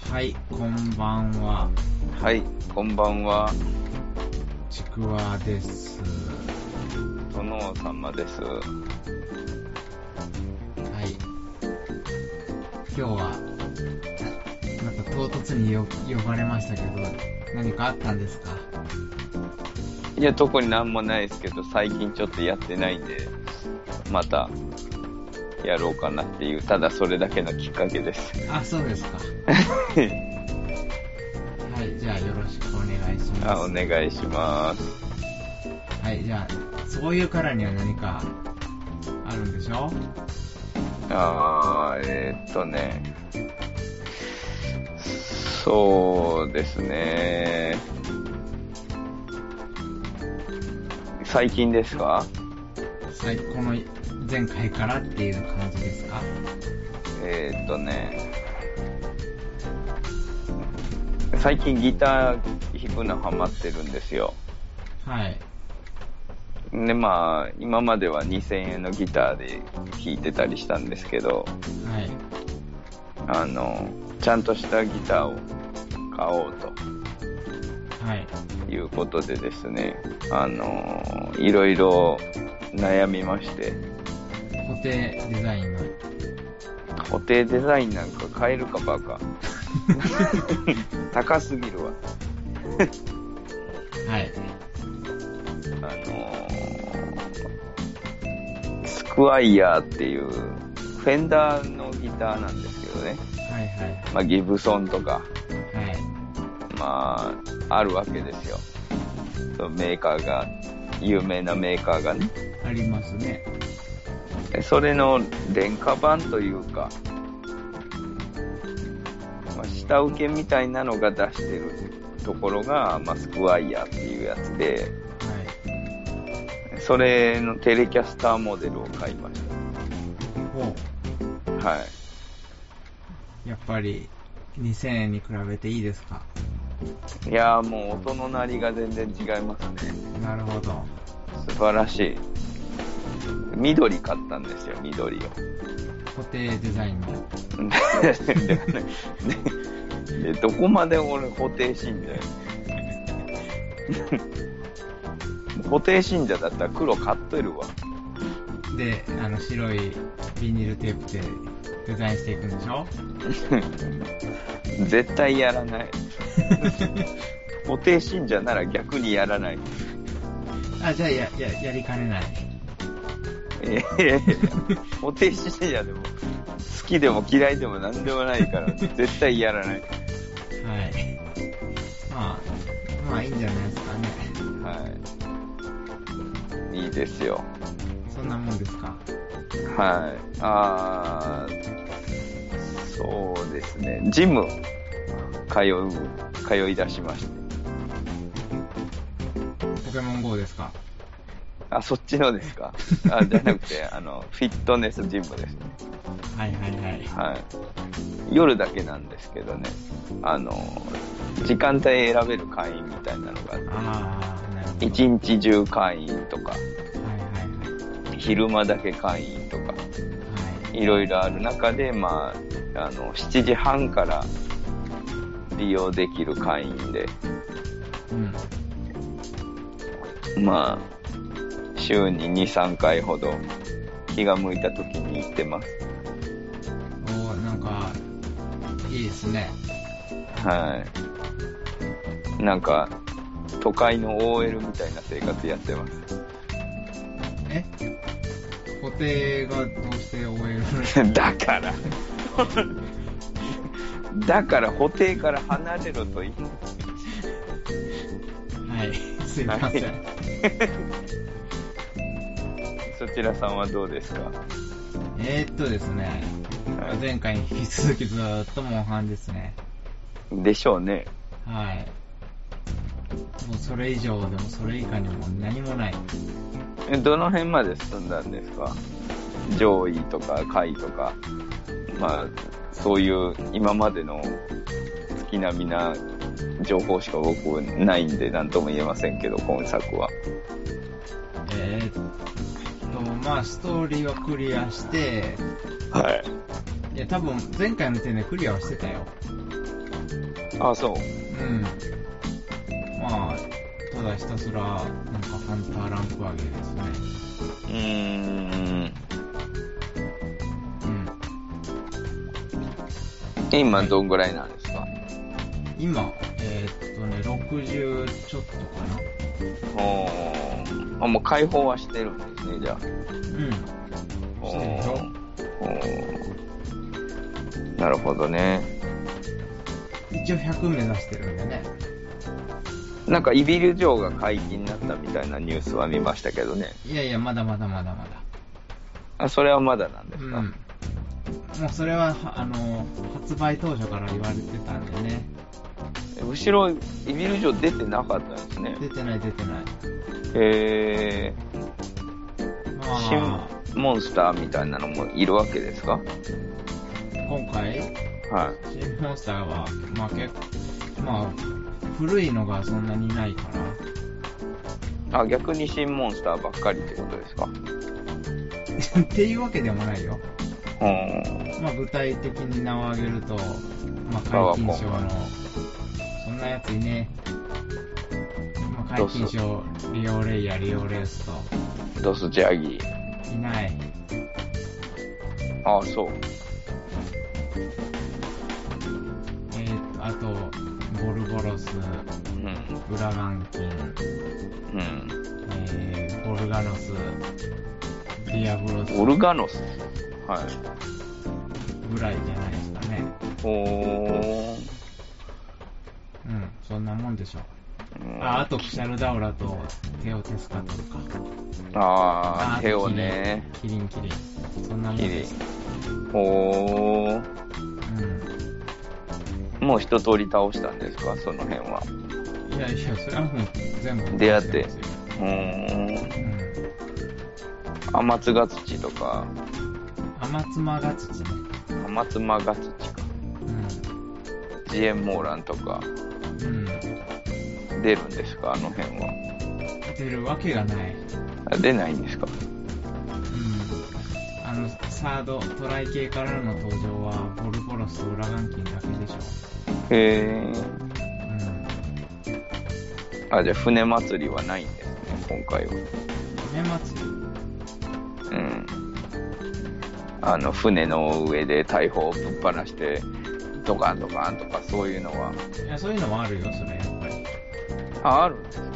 はい、こんばんは。 はい、こんばんは。 ちくわです。 殿様です。はい。今日は、なんか唐突に呼ばれましたけど、何かあったんですか？ いや、特になんもないですけど、最近ちょっとやってないんで、また、やろうかなっていう、ただそれだけのきっかけです。 あ、そうですか。はい、じゃあよろしくお願いします。 お願いします。 はい、じゃあ、そういうからには何かあるんでしょ？ そうですね。最近ですか？ この前回からっていう感じですか？ 最近ギター弾くのハマってるんですよ。 はい。 で、まあ、今までは2000円のギターで弾いてたりしたんですけど、 はい。 ちゃんとしたギターを買おうと。 はい。 いうことでですね、いろいろ悩みまして。 固定デザインの。 固定デザインなんか買えるかバカ。高すぎるわ。 はい。 スクワイヤーっていう、フェンダーのギターなんですけどね。 はいはい。 まあ、ギブソンとか。 はい。 まあ、あるわけですよ。メーカーが、有名なメーカーがね。 ありますね。 それの廉価版というか、まあ、下請けみたいなのが出してるところが、まあ、スクワイヤーっていうやつで、はい、それのテレキャスターモデルを買いました。 ほう。はい。 やっぱり2000円に比べていいですか？ いやーもう音の鳴りが全然違いますね。 なるほど。 素晴らしい。緑買ったんですよ、緑を。 固定デザインの。 で、どこまで俺固定信者よ。固定信者だったら黒買っとるわ。 で、白いビニールテープでデザインしていくんでしょ？ 絶対やらない。固定信者なら逆にやらない。 あ、じゃあやりかねない。 固定信者でも好きでも嫌いでも何でもないから絶対やらない。はい。 まあいいんじゃないですかね。 はい。いいですよ。 そんなもんですか？ はい。そうですね。ジム通い出しまして。 ポケモン GO ですか？ あ、そっちのですか？じゃなくて、フィットネスジムですね。 はいはいはい。 はい。夜だけなんですけどね。時間帯選べる会員みたいなのがあって。なるほど。一日中会員とか。はいはいはい。昼間だけ会員とか。はい。いろいろある中で、まあ、7時半から利用できる会員で。うん。まあ、週に2、3回ほど気が向いた時に行ってます。 なんか、いいですね。 はい。なんか、都会の OL みたいな生活やってます。 固定がどうして OL だからだから固定から離れろと言って。 はい、すいません。 そちらさんはどうですか？ ですね、はい、前回に引き続きずっとモンハンですね。 でしょうね。 はい。もうそれ以上でもそれ以下にも何もない。 どの辺まで進んだんですか？上位とか下位とか。まあ、そういう今までの月並みな情報しか僕ないんで何とも言えませんけど、今作は。 まあストーリーはクリアして、 はい。 いや多分前回の点でクリアはしてたよ。 あ、そう。 まあ、ただひたすら、なんかハンターランク上げですね。 今どんぐらいなんですか？ 今、60ちょっとかな。もう解放はしてるんですね、じゃあ。 してるでしょ。 なるほどね。 一応100目指してるんでね。 なんかイビル城が解禁になったみたいなニュースは見ましたけどね。 いや、まだ。 あ、それはまだなんですか？ もうそれは、発売当初から言われてたんでね。 後ろ、イビル城出てなかったんですね。 出てない。 新モンスターみたいなのもいるわけですか？ 今回、 はい。 新モンスターは、古いのがそんなにないから。 あ、逆に新モンスターばっかりってことですか？ っていうわけでもないよ。 まあ具体的に名を挙げると、解禁賞の、そんなやついね。解禁賞、リオレイヤ、リオレースと。 ドスジャギいない。 ああ、そう。 あと、ボルボロス、ウラガンキン、ボルガノス、ディアブロス。 ボルガノス？はい。 ぐらいじゃないですかね。そんなもんでしょ。あとクシャルダウラとテオテスカトルか。 テオね。 キリン。そんなもんです。 もう一通り倒したんですか、その辺は。 いや、それはもう全部出会って。アマツガツチとか。 アマツマガツチね。 アマツマガツチか。ジエンモーランとか。出るんですか、あの辺は。 出るわけがない。 出ないんですか？ サード、トライ系からの登場は、ボルボロスとウラガンキンだけでしょ。 じゃあ船祭りはないんですね、今回は。 船祭り？船の上で大砲をぶっ放して、ドカンとかそういうのは。 いや、そういうのもあるよ、それ、やっぱり。 あるんですか？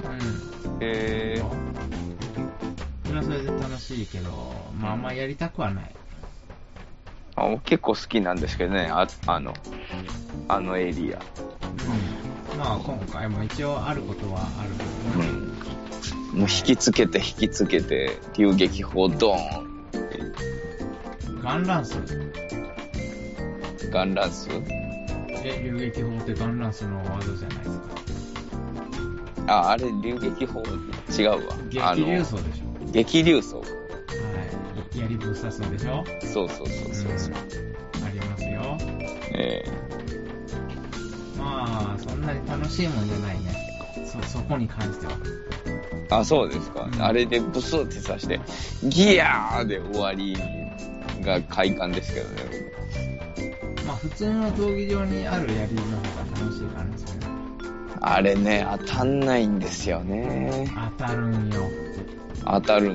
それはそれで楽しいけど、あんまやりたくはない。 結構好きなんですけどね、あのエリア。 今回も一応あることはあるけどね。 もう引きつけて、流撃砲ドーン。 ガンランス？流撃砲ってガンランスのワードじゃないですか。 あれ流撃砲違うわ。 激流装でしょ。 激流装。 槍ぶっ刺すんでしょ。 そう。 ありますよ。そんなに楽しいもんじゃないね。そこに関しては。 そうですか。あれでブスって刺して、ギヤーで終わりが快感ですけどね。 普通の闘技場にある槍の方が楽しいかな、それは。 あれね、当たんないんですよね。 当たるんよ。 当たる。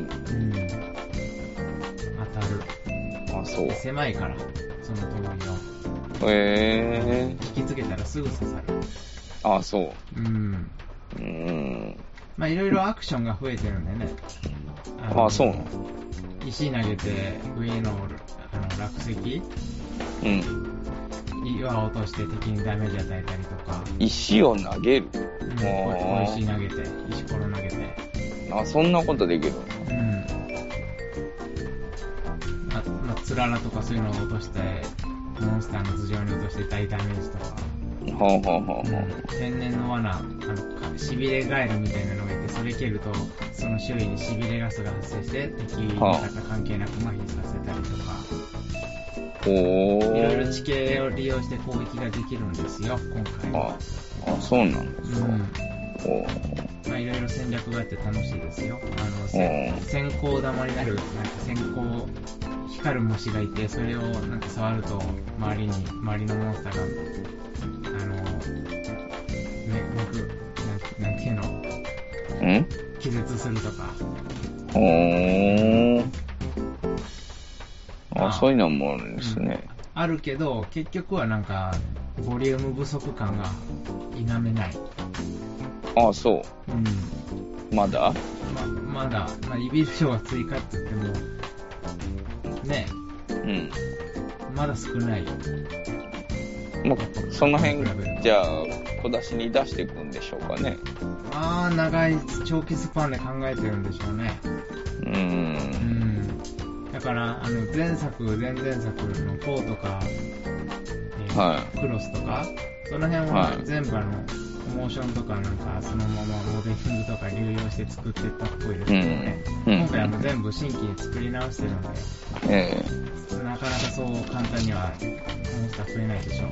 そう。 狭いから、その闘技場。引きつけたらすぐ刺さる。 そう。 いろいろアクションが増えてるんでね。 そうなの？ 石投げて上の落石、岩を落として敵にダメージ与えたりとか。 石を投げる？ 小石投げて、石ころ投げて。 そんなことできる？ つららとかそういうのを落として、モンスターの頭上に落として大ダメージとか。天然の罠、しびれガエルみたいなのがいて、それ蹴ると、その周囲にしびれガスが発生して、敵味方関係なく麻痺させたりとか。いろいろ地形を利用して攻撃ができるんですよ、今回は。 そうなんですか。 いろいろ戦略があって楽しいですよ。閃光玉になる、光る虫がいて、それを触ると周りのモンスターがなんていうの？気絶するとか。 そういうのもあるんですね。 あるけど、結局はなんか、ボリューム不足感が否めない。 そう。まだまだ、イビル賞が追加って言っても、ね。まだ少ない。 その辺、じゃあ、小出しに出していくんでしょうかね。 長い長期スパンで考えてるんでしょうね。だから、前々作の4とか、クロスとか、その辺は全部モーションとかなんかそのままモデリングとか流用して作っていったっぽいですけどね。今回は全部新規に作り直してるんで、なかなかそう簡単にはモンスター増えないでしょ。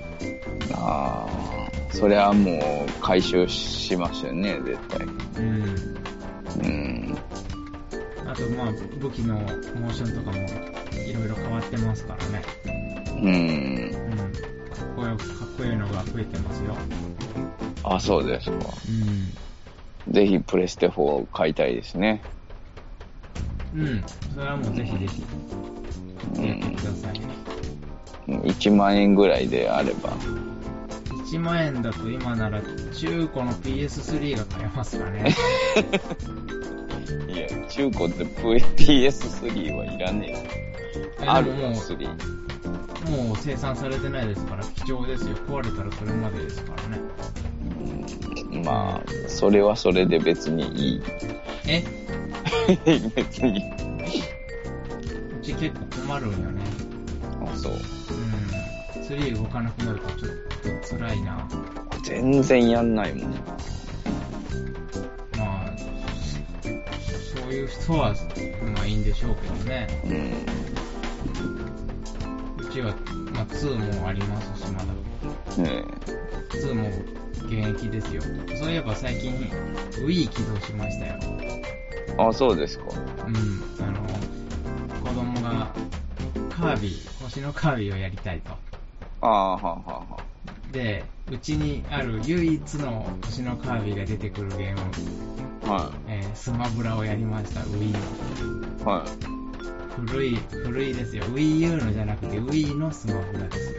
それはもう回収しましたよね、絶対。 あと武器のモーションとかもいろいろ変わってますからね。かっこいいのが増えてますよ。 そうですか。ぜひプレステ4を買いたいですね。 それはもうぜひぜひやってくださいね。 1万円ぐらいであれば。 1万円だと今なら中古の PS3 が買えますかね。 いや、中古って PS3 はいらねえ。あるの3。 もう生産されてないですから貴重ですよ。壊れたらそれまでですからね。 それはそれで別にいい。別に。 うち結構困るんよね。 そう。 3動かなくなるとちょっと辛いな。 全然やんないもん。 そういう人はいいんでしょうけどね。うちは、2もありますし、まだ。2も現役ですよ。そういえば最近、Wii 起動しましたよ。 そうですか。 子供が、星のカービィをやりたいと。で、うちにある唯一の星のカービィが出てくるゲーム、スマブラをやりました、Wii の。古いですよ。Wii U のじゃなくて Wii のスマブラですよ。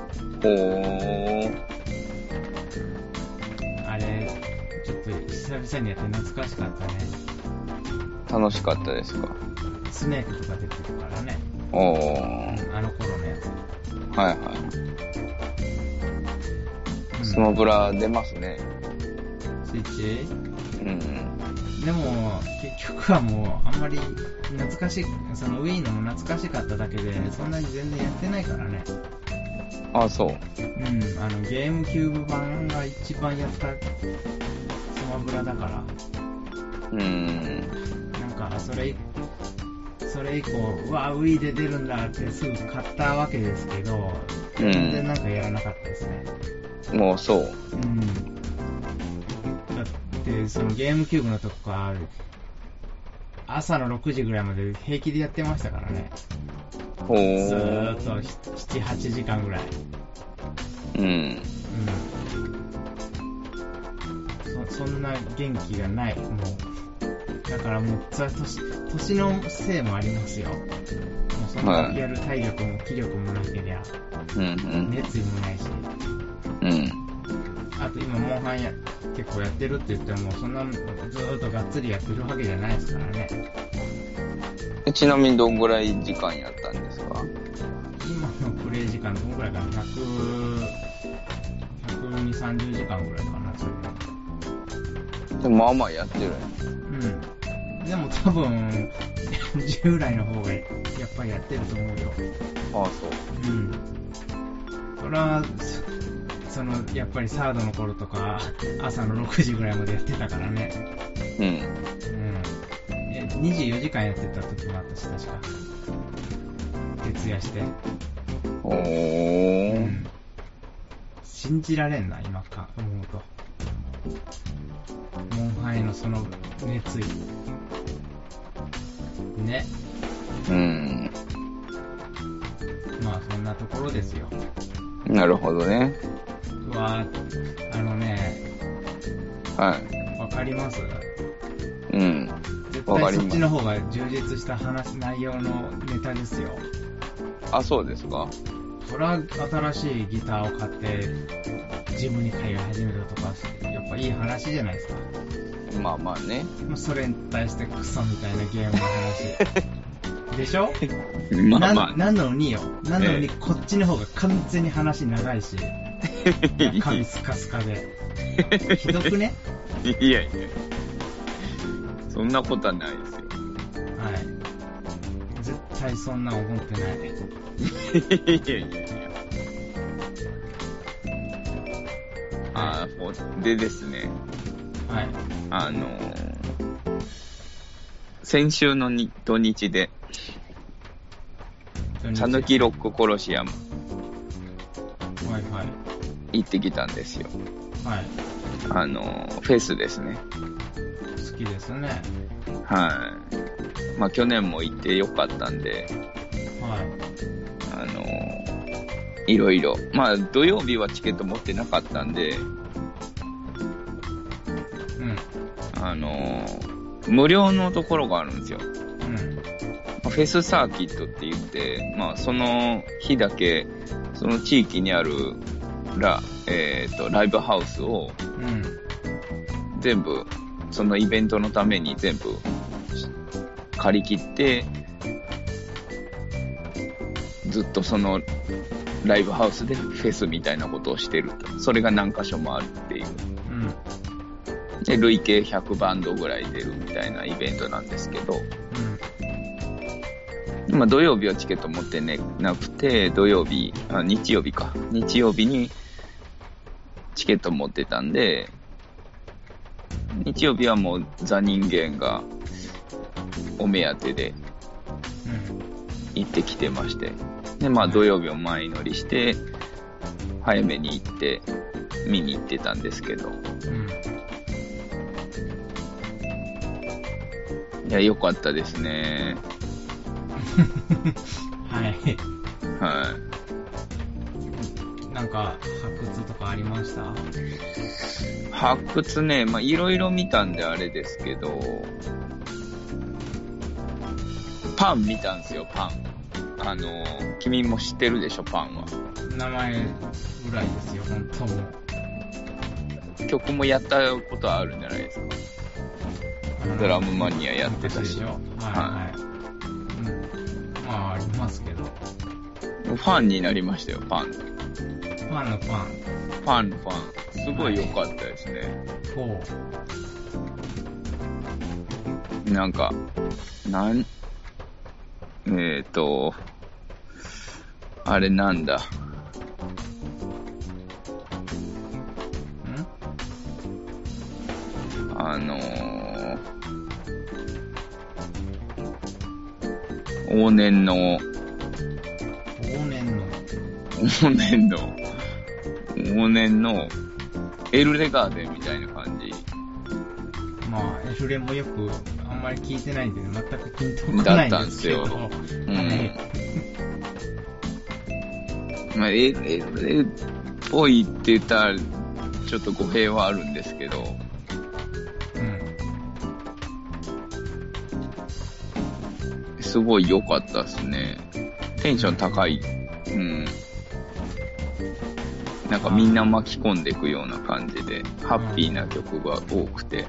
あれ、ちょっと久々にやって懐かしかったね。 楽しかったですか？ スネークとか出てるからね。あの頃のやつ。 スマブラ出ますね。 スイッチ？でも、結局はもう、あんまり懐かしい、その Wii のも懐かしかっただけで、そんなに全然やってないからね。 そう。 ゲームキューブ版が一番やったスマブラだから。なんか、それ以降、Wii で出るんだってすぐ買ったわけですけど、全然なんかやらなかったですね。 もうそう。 で、そのゲームキューブのとこか、朝の6時ぐらいまで平気でやってましたからね。ずーっと7、8時間ぐらい。そんな元気がない、もう。だからもう、年のせいもありますよ。もうそんなやる体力も気力もなけりゃ、熱意もないし。あと今、モンハン結構やってるって言っても、そんなずーっとがっつりやってるわけじゃないですからね。 ちなみにどんぐらい時間やったんですか？ 今のプレイ時間どんぐらいかな、120、30時間ぐらいかな、それで。 でもまあまあやってる。 でも多分、従来の方がやっぱりやってると思うよ。 そう。 それは、やっぱりサードの頃とか、朝の6時ぐらいまでやってたからね。24時間やってた時もあったし、確か。徹夜して。信じられんな、今か、思うと。モンハンへのその熱意。ね。そんなところですよ。 なるほどね。 わはい。 わかります？ うん。 絶対そっちの方が充実した内容のネタですよ。 あ、そうですか？ それは新しいギターを買ってジムに通い始めたとか、やっぱいい話じゃないですか。 まあまあね。 それに対してクソみたいなゲームの話でしょ？ まあまあ。 なのにこっちの方が完全に話長いし、髪スカスカで。ひどくね？ いやいや。そんなことはないですよ。 はい。絶対そんな思ってない。いやいやいや。でですね。 はい。 先週の土日で、さぬきロックコロシアム。 はいはい。 行ってきたんですよ。 はい。 フェスですね。 好きですね。 はい。まあ去年も行ってよかったんで、 はい。 いろいろ。まあ土曜日はチケット持ってなかったんで、 うん。 無料のところがあるんですよ。 うん。 フェスサーキットって言って、まあその日だけ、その地域にあるライブハウスを、全部、そのイベントのために全部借り切って、ずっとそのライブハウスでフェスみたいなことをしてると。それが何箇所もあるっていう。で、累計100バンドぐらい出るみたいなイベントなんですけど、今土曜日はチケット持ってなくて、日曜日にチケット持ってたんで、日曜日はもうザ人間がお目当てで行ってきてまして、でまあ土曜日を前乗りして早めに行って見に行ってたんですけど、いや良かったですね。 はいはい。 なんか発掘とかありました？ 発掘ね、まあいろいろ見たんであれですけど、パン見たんですよ、パン。君も知ってるでしょ、パンは。 名前ぐらいですよ、本当も。 曲もやったことあるんじゃないですか。ドラムマニアやってたし。 はいはい。まあありますけど。 ファンになりましたよ、パン。 ファンのファン。 ファン。すごい良かったですね。 ほう。なんか、あれなんだ。往年のエルレガーデンみたいな感じ。 まあ、エルレもよくあんまり聞いてないんで、全くピンとこないんですけど。だったんですよ。 まあ、エルレっぽいって言ったら、ちょっと語弊はあるんですけど、すごい良かったですね。テンション高い。なんかみんな巻き込んでいくような感じで、ハッピーな曲が多くて。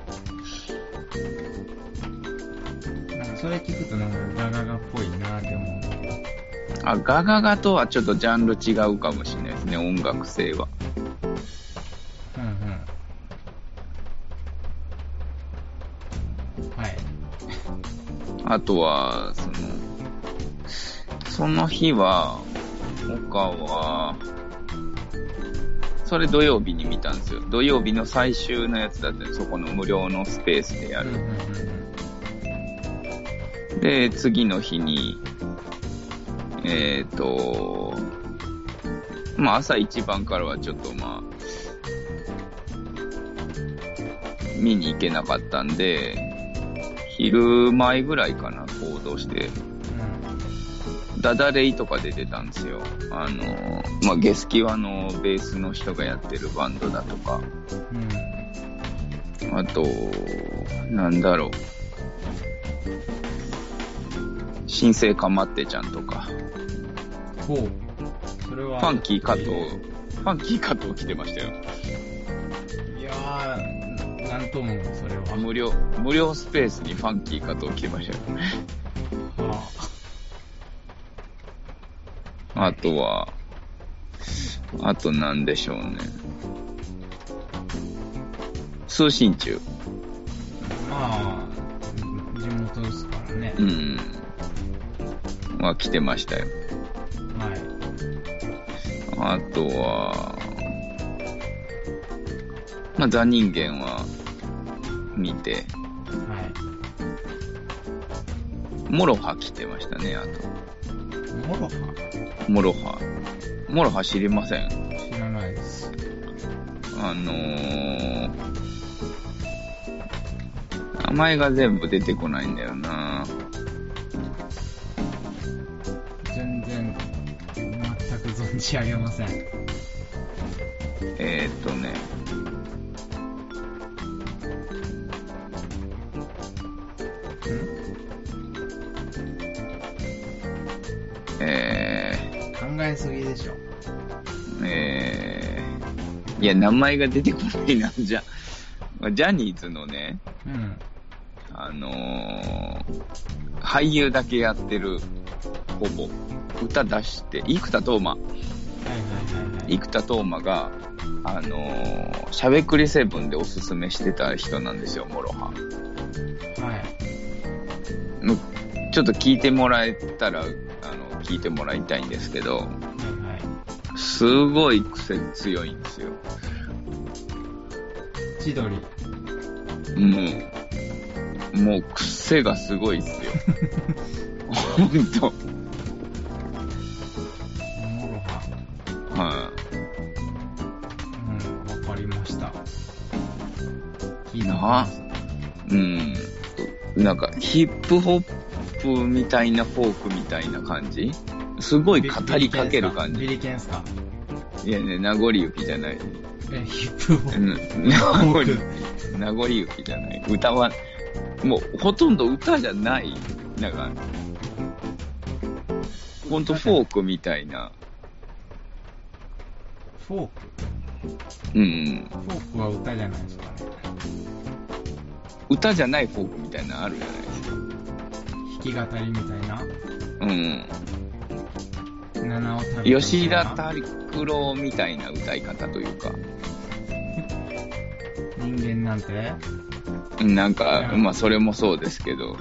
なんかそれ聞くとなんかガガガっぽいなって思う。 ガガガとはちょっとジャンル違うかもしれないですね、音楽性は。 はい。 あとは、その日は、他は、それ土曜日に見たんですよ。土曜日の最終のやつだったんで、そこの無料のスペースでやる。で、次の日に、まあ朝一番からはちょっとまあ、見に行けなかったんで、昼前ぐらいかな、行動して、 ダダレイとかで出たんですよ。ゲスキワのベースの人がやってるバンドだとか。うん。あと、なんだろう。新生かまってちゃんとか。 ほう。それは。 ファンキー加藤来てましたよ。 いやー、なんとも、それは。 無料スペースにファンキー加藤来てましたよ。はあ。あとなんでしょうね。通信中。 まあ、地元ですからね。 うん。は来てましたよ。 はい。 あとは、まあ、ザ人間は見て、 はい。 モロハ来てましたね、あと。モロハ知りません？ 知らないです。 名前が全部出てこないんだよな。 全然、全く存じ上げません。考えすぎでしょ。 いや、名前が出てこないな。ジャニーズのね、 うん、 俳優だけやってる、ほぼ、歌出して、生田斗真。生田斗真が、しゃべくり7でおすすめしてた人なんですよ、モロハ。 はい。 ちょっと聞いてもらえたら、聞いてもらいたいんですけど、はいはい、すごい癖強いんですよ。 千鳥。 もう癖がすごいっすよ。ほんと。 モロハ。 はい、 わかりました。聞いてます。 なんかヒップホップみたいなフォークみたいな感じ？すごい語りかける感じ。 ビリケンスか？ いやね、名残雪じゃない。 ヒップホップ。 名残雪じゃない。歌は、もうほとんど歌じゃない。なんか、ほんとフォークみたいな。 フォーク？ フォークは歌じゃないですかね。 歌じゃないフォークみたいなのあるじゃないですか。 弾き語りみたいな。七尾旅吉田拓郎みたいな歌い方というか。 人間なんて？ なんか、まあそれもそうですけど、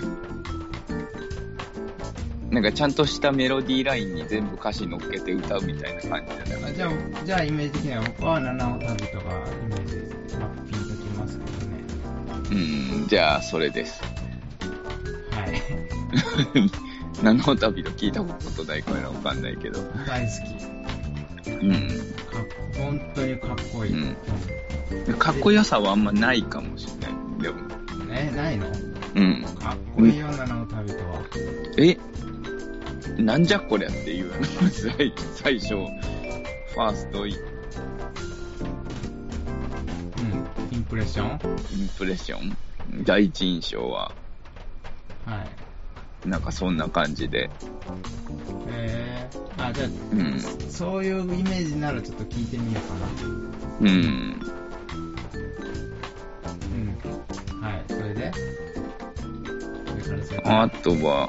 なんかちゃんとしたメロディーラインに全部歌詞乗っけて歌うみたいな感じじゃないですか。 じゃあイメージ的には僕は七尾旅とかイメージです。ピンときますけどね。 じゃあそれです。 はい。 七尾旅と聞いたことないからわかんないけど。 大好き。本当にかっこいい。 かっこよさはあんまないかもしれない。でも。 ないの？かっこいいよ、七尾旅とは。 なんじゃこりゃっていう最初、ファーストインプレッション第一印象は。 はい。 なんかそんな感じで。 じゃあ、そういうイメージならちょっと聞いてみようかな。はい、それであとは、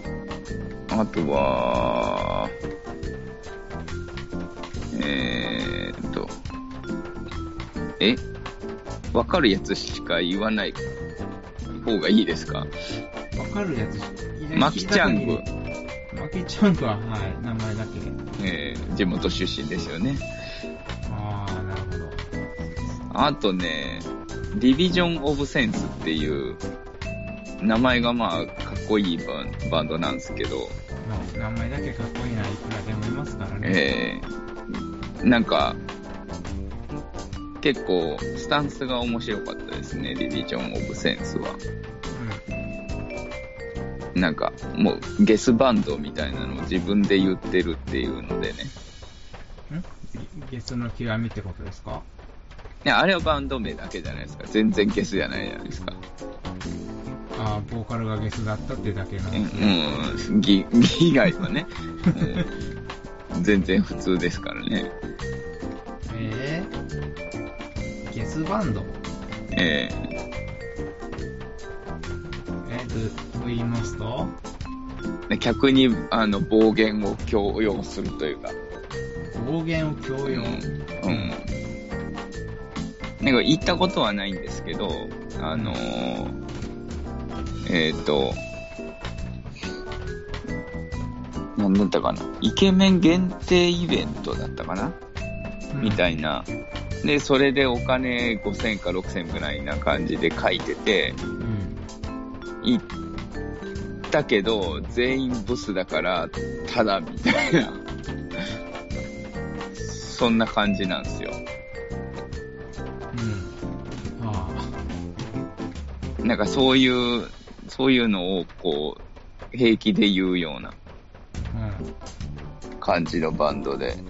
わかるやつしか言わない方がいいですか？ わかるやつマキチャング。 マキチャングは、はい、名前だけ。地元出身ですよね。 なるほど。 あとね、ディビジョン・オブ・センスっていう、名前がまあ、かっこいいバンドなんですけど。 名前だけかっこいいならいくらでもいますからね。 なんか、結構、スタンスが面白かったですね、ディビジョン・オブ・センスは。 なんか、もうゲスバンドみたいなのを自分で言ってるっていうのでね。 ゲスの極みってことですか？ いや、あれはバンド名だけじゃないですか。全然ゲスじゃないじゃないですか。 ああ、ボーカルがゲスだったっていうだけなんですね。ギ以外はね、全然普通ですからね。 ゲスバンド？と言いますと？ 客に暴言を強要するというか。 暴言を強要？ なんか行ったことはないんですけど、なんだったかな、イケメン限定イベントだったかな、みたいな。で、それでお金5000か6000ぐらいな感じで書いてて、行ったけど、全員ブスだから、ただみたいな。そんな感じなんですよ。なんかそういうのをこう、平気で言うような感じのバンドで、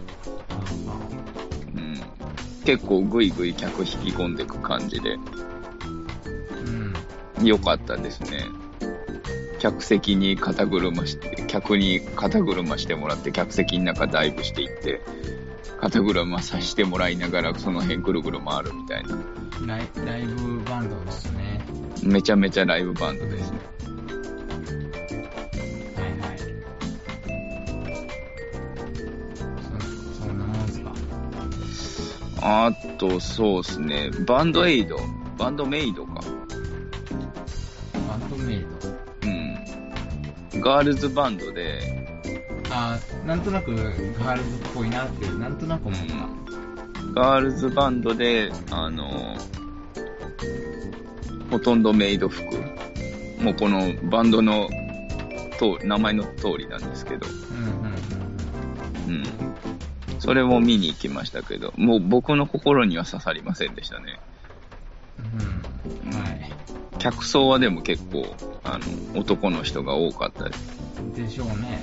結構グイグイ客引き込んでいく感じで、良かったですね。客に肩車してもらって、客席の中ダイブしていって、肩車させてもらいながらその辺ぐるぐる回るみたいな。 ライブバンドですね。 めちゃめちゃライブバンドですね。 はいはい。そんなもんすか。 あと、そうですね。バンドメイドか。 バンドメイド。 ガールズバンドで、 なんとなくガールズっぽいなって、なんとなく思った。 ガールズバンドで、ほとんどメイド服。もうこのバンドの名前の通りなんですけど。それも見に行きましたけど、もう僕の心には刺さりませんでしたね。 はい。 客層はでも結構、男の人が多かったです。 でしょうね。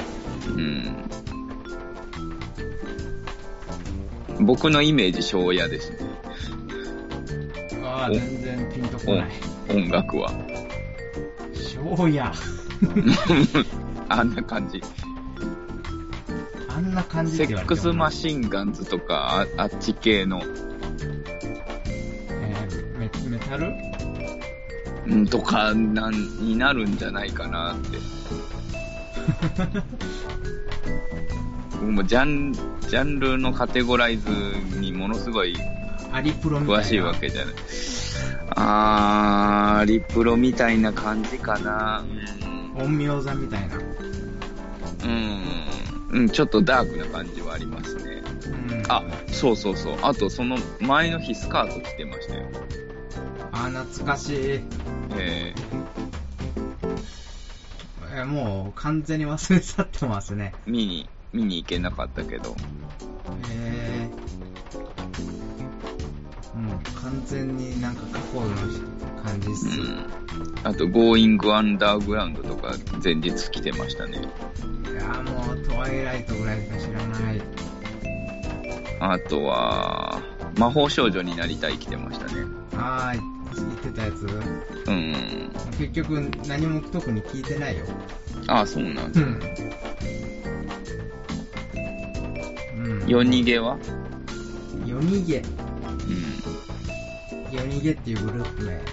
僕のイメージ、庄屋ですね。 全然ピンとこない。 音楽は。 庄屋。 あんな感じ。 あんな感じってセックスマシンガンズとか、あっち系の。 メタル？ とかになるんじゃないかなって。僕もジャンルのカテゴライズにものすごい詳しいわけじゃない。アリプロみたいな感じかな。 陰陽座みたいな。 ちょっとダークな感じはありますね。そう。あとその前の日スカート着てましたよ。 懐かしい。もう完全に忘れ去ってますね。 見に行けなかったけど。 もう完全になんか過去の感じっす。 あと、Going Underground とか前日来てましたね。 いやもうトワイライトぐらいしか知らない。 あとは、魔法少女になりたい来てましたね。 言ってたやつ？結局何も特に聞いてないよ。 そうなんですね。夜逃げは？ 夜逃げ。夜逃げっていうグループね。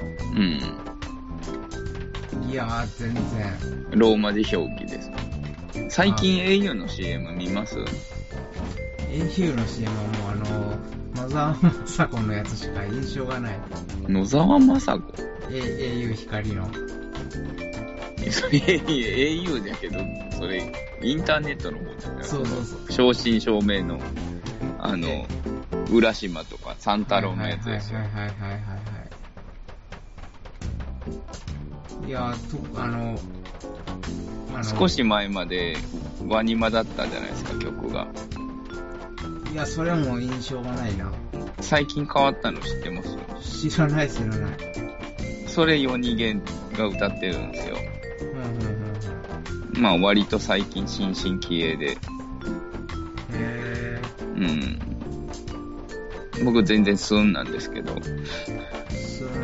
いやー、全然。 ローマ字表記です。最近 au の CM 見ます？ au の CM はもう野沢雅子のやつしか印象がない。 野沢雅子 ？au 光の。 それ au だけど、それインターネットの方だから。 そう。 正真正銘の、浦島とか三太郎のやつですよ。 いや少し前までワニマだったじゃないですか、曲が。 いや、それも印象がないな。 最近変わったの知ってます？ 知らない。 それ夜逃げが歌ってるんですよ。 まあ割と最近新進気鋭で。うん。僕全然スーンなんですけど。スー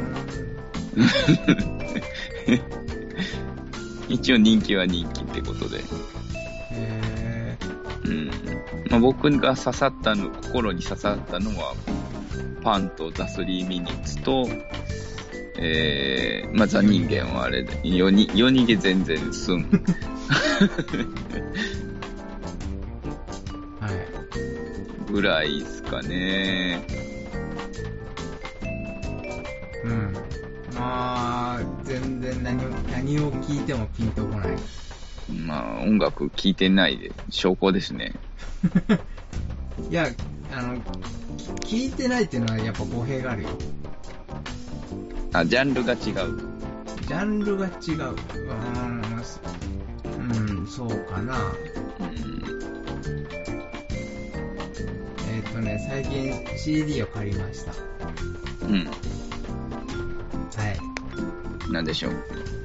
ン。一応人気は人気ってことで。うん。まあ僕が心に刺さったのは、パンとザ・スリー・ミニッツと、まあザ・人間はあれで、夜逃げ全然スン。 はい。 ぐらいですかね。 うん。まあ、全然何を聞いてもピンとこない。 まあ、音楽聴いてないで、証拠ですね。 いや、聞いてないっていうのはやっぱ語弊があるよ。 あ、ジャンルが違う。 ジャンルが違う。そうかな。最近 CD を借りました。 うん。 はい。 なんでしょう。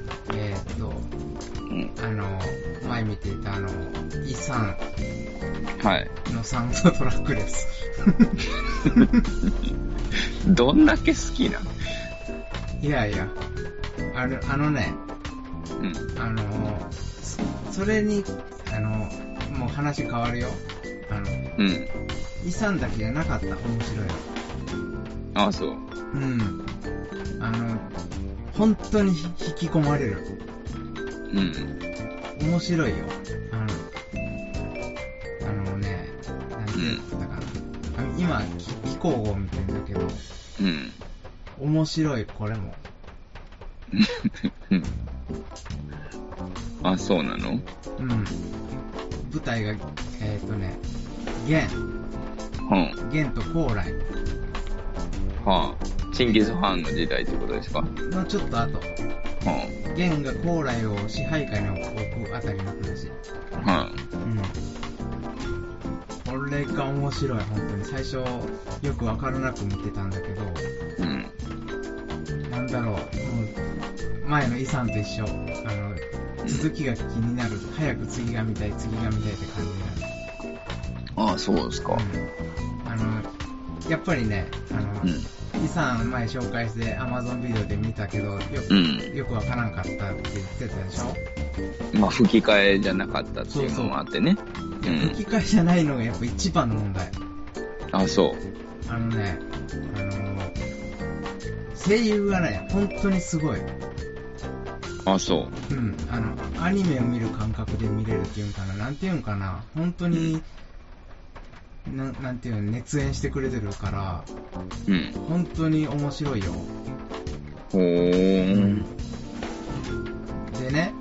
前見ていたイさんのサウンドトラックです。 どんだけ好きなの？ いやいや、ね、 うん。 それに、もう話変わるよ。 うん。 イさんだけじゃなかった、面白いの。ああ、そう。 うん。本当に引き込まれる。 うん。 面白いよ。なんて言ったかな。今、移行語みたいんだけど、 うん。 面白い、これも。 あ、そうなの？ うん。舞台が、元。元と高麗。 はあ。チンギス・ハーンの時代ってことですか？ のちょっと後。元が高麗を支配下に置くあたりの話。 はこれが面白い、本当に。最初、よくわからなく見てたんだけど、なんだろう、もう、前のイさんと一緒。続きが気になる。早く次が見たいって感じになる。 ああ、そうですか。 やっぱりね、イさん前紹介して Amazon ビデオで見たけど、よくわからんかったって言ってたでしょ？ まあ、吹き替えじゃなかったっていうのもあってね。 いや、吹き替えじゃないのがやっぱ一番の問題。 あ、そう。 声優がね、本当にすごい。 あ、そう。 うん。アニメを見る感覚で見れるっていうんかな。なんていうんかな。本当に、なんていうの、熱演してくれてるから、本当に面白いよ。 ほー。 でね、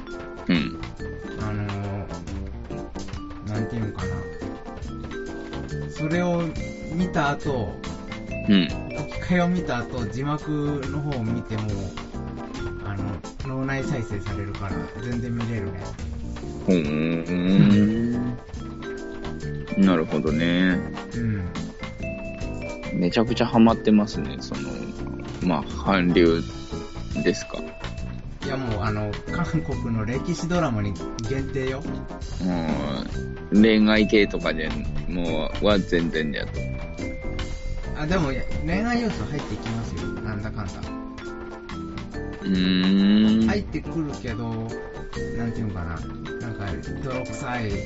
なんていうのかな。それを見た後、吹き替えを見た後、字幕の方を見ても、脳内再生されるから、全然見れるね。なるほどね。めちゃくちゃハマってますね、まあ、韓流ですか。 いや、もう、韓国の歴史ドラマに限定よ。 恋愛系とかでは全然やと。 あ、でも、恋愛要素入ってきますよ。なんだかんだ。入ってくるけど、なんていうのかな。なんか、泥臭い、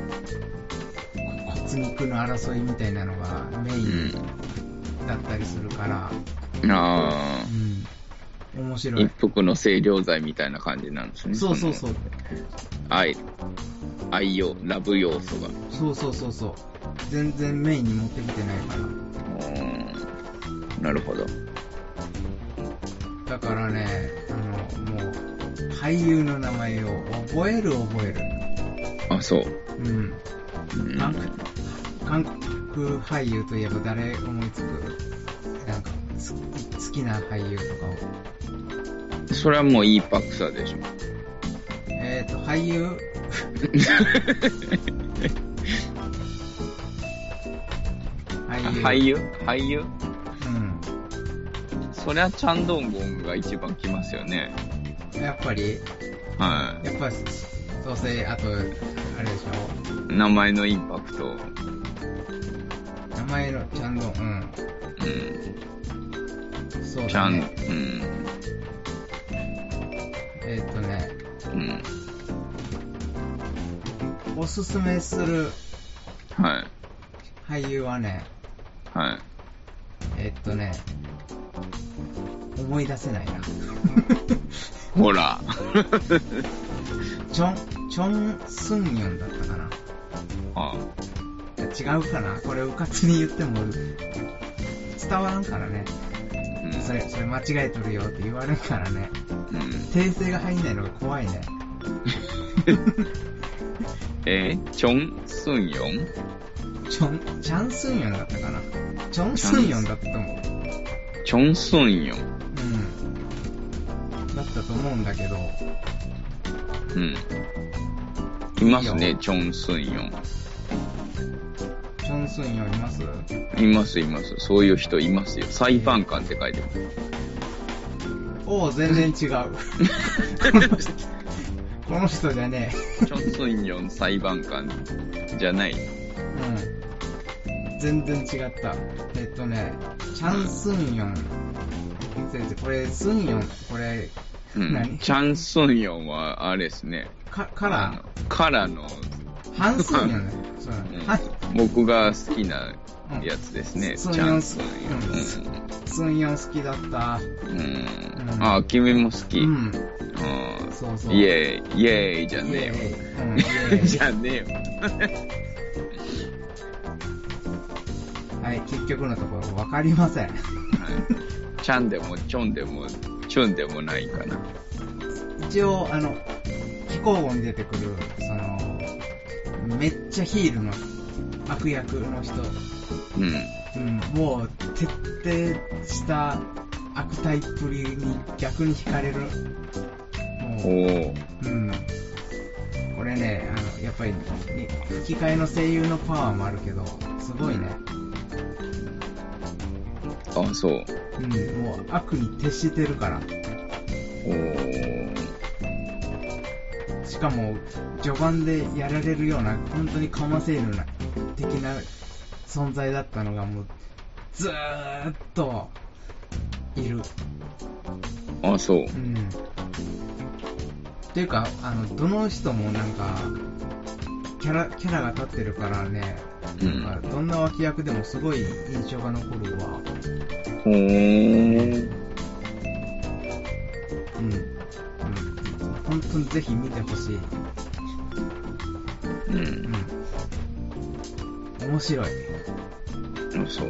骨肉の争いみたいなのがメインだったりするから。面白い。 一服の清涼剤みたいな感じなんですね。 そう。 愛用、ラブ要素が。 そう。全然メインに持ってきてないから。 なるほど。 だからね、もう、俳優の名前を覚える。 あ、そう。 韓国俳優といえば誰思いつく？なんか、好きな俳優とかを。それはもうイーパクサでしょ。 俳優俳優そりゃチャンドンゴンが一番来ますよね。 やっぱりはい。 やっぱどうせ、あと、あれでしょ。名前のインパクト。 名前の、ちゃんと、うん。そうだね。 ちゃん、 おすすめする、 はい。 俳優はね、 はい。 思い出せないな。 ほら。 チョン・スンヨンだったかな。 ああ。 違うかな、これうかつに言っても伝わらんからね。それ間違えとるよって言われるからね。訂正が入んないのが怖いね。 チョン・スンヨン？ チャン・スンヨンだったかな。チョン・スンヨンだったと思う。 チョン・スンヨン。 だったと思うんだけど。 いますね、チョン・スンヨン。 チョン・スンヨンいます？ います。そういう人いますよ。裁判官って書いてます。 全然違う。この人じゃねえ。チョン・スンヨン裁判官じゃない。 全然違った。チャン・スンヨン。これ、スンヨン、これ、何？ チャン・スンヨンは、あれですね。カラの。 ハン・スンヨンね。 僕が好きなやつですね。 チャン・スンヨン。スンヨン好きだった。 あ、君も好き。 そうそう。 イェーイじゃねえよ。じゃねえよ。 はい、結局のところ分かりません。 チャンでもチョンでもチュンでもないかな。 一応非公語に出てくるめっちゃヒールの悪役の人、もう徹底した悪態っぷりに逆に惹かれる。これね、やっぱり、吹き替えの声優のパワーもあるけど、すごいね。 あ、そう。 もう悪に徹してるから。しかも、序盤でやられるような、本当にカマセールな的な存在だったのが、もう、ずーっと、いる。 あ、そう。 っていうか、どの人もなんか、キャラが立ってるからね、なんかどんな脇役でもすごい印象が残るわ。本当にぜひ見てほしい。面白い。 そう。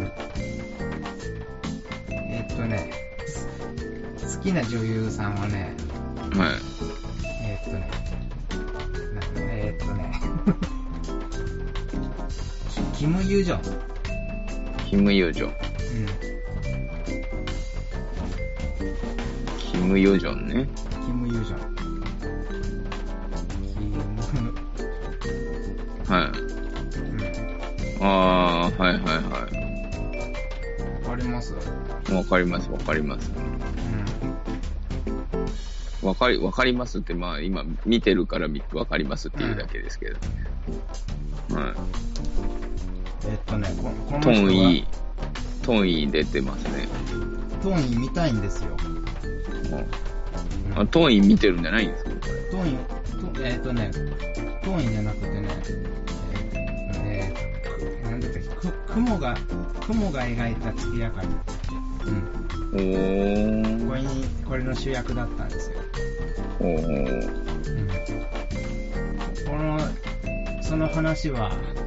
好きな女優さんはね、キム・ユジョン。 キム・ユジョン。キム・ユジョンね。 キム・ユジョン。 はい。はい。 わかります？ わかります。わかりますって、まあ今見てるからわかりますっていうだけですけど。 この人トンイ出てますね。 トンイ見たいんですよ。 トンイ見てるんじゃないんですか、これ。 トンイじゃなくてね、なんだっけ、雲が描いた月明かり。これの主役だったんですよ。その話は、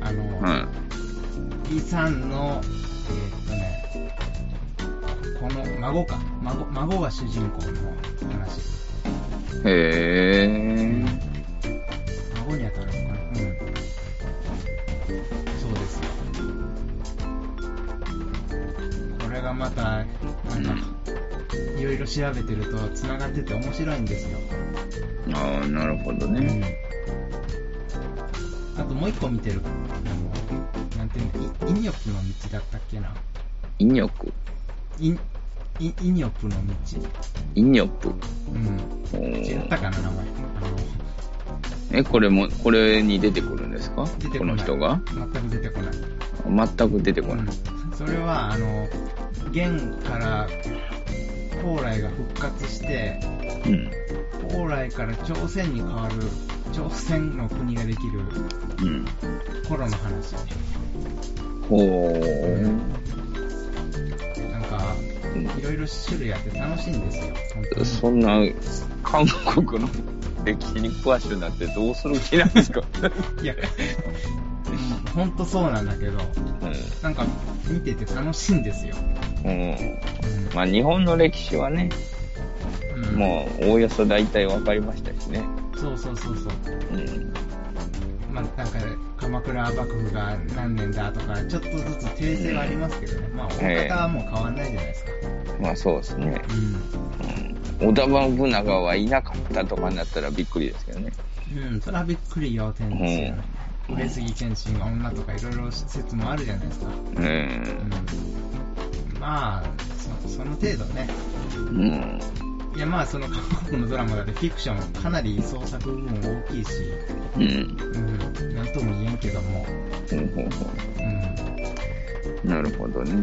イさんの、この孫が主人公の話。孫に当たるのかな。そうですよ。これがまた、いろいろ調べてると繋がってて面白いんですよ。 ああ、なるほどね。 あともう一個見てる。なんていうの、イニョプの道だったっけな。 イニョプイニョプの道。 イニョプ。 違ったかな、名前。 これに出てくるんですか？ 出てこない。 この人が全く出てこない。 全く出てこない。 それは、元から高麗が復活して、高麗から朝鮮に変わる、朝鮮の国ができる頃の話。なんか、いろいろ種類あって楽しいんですよ。 そんな、韓国の歴史に詳しくなってどうする気なんですか？ いや、ほんとそうなんだけど、なんか見てて楽しいんですよ。 まあ日本の歴史はね、もうおおよそ大体分かりましたしね。 そう。まあなんか鎌倉幕府が何年だとかちょっとずつ訂正はありますけどね。まあ大方はもう変わんないじゃないですか。 まあそうですね。織田信長はいなかったとかになったらびっくりですけどね。 それはびっくり仰天ですよね。上杉謙信が女とかいろいろ説もあるじゃないですか。まあその程度ね。いやまあその韓国のドラマだってフィクションかなり創作部分大きいし、なんとも言えんけども。 なるほどね。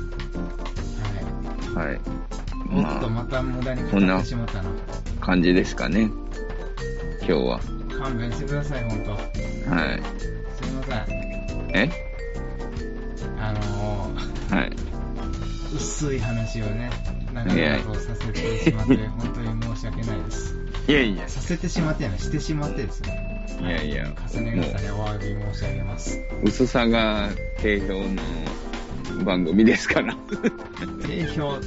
はい。 おっとまた無駄に語ってしまったな。 感じですかね。今日は。 勘弁してください、ほんと。 はい。 すいません。 はい。 薄い話をね、長々とさせてしまって、本当に申し訳ないです。 いやいや。 させてしまってない、してしまってですね。 いやいや。 重ねお詫び申し上げます。 薄さが定評の番組ですから。 定評って。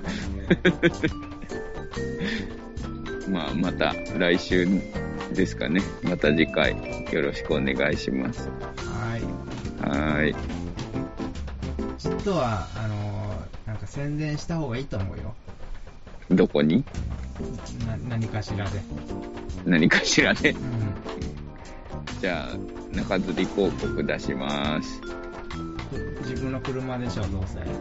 まあ、また来週ですかね。また次回よろしくお願いします。はい。 ちょっとは、なんか宣伝した方がいいと思うよ。 どこに？ 何かしらで。 じゃあ、中吊り広告出します。 自分の車でしょ、どうせ。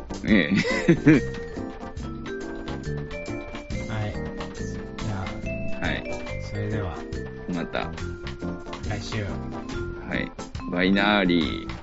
はい。じゃあ、はい。それでは、 また来週。 はい。バイナーリー。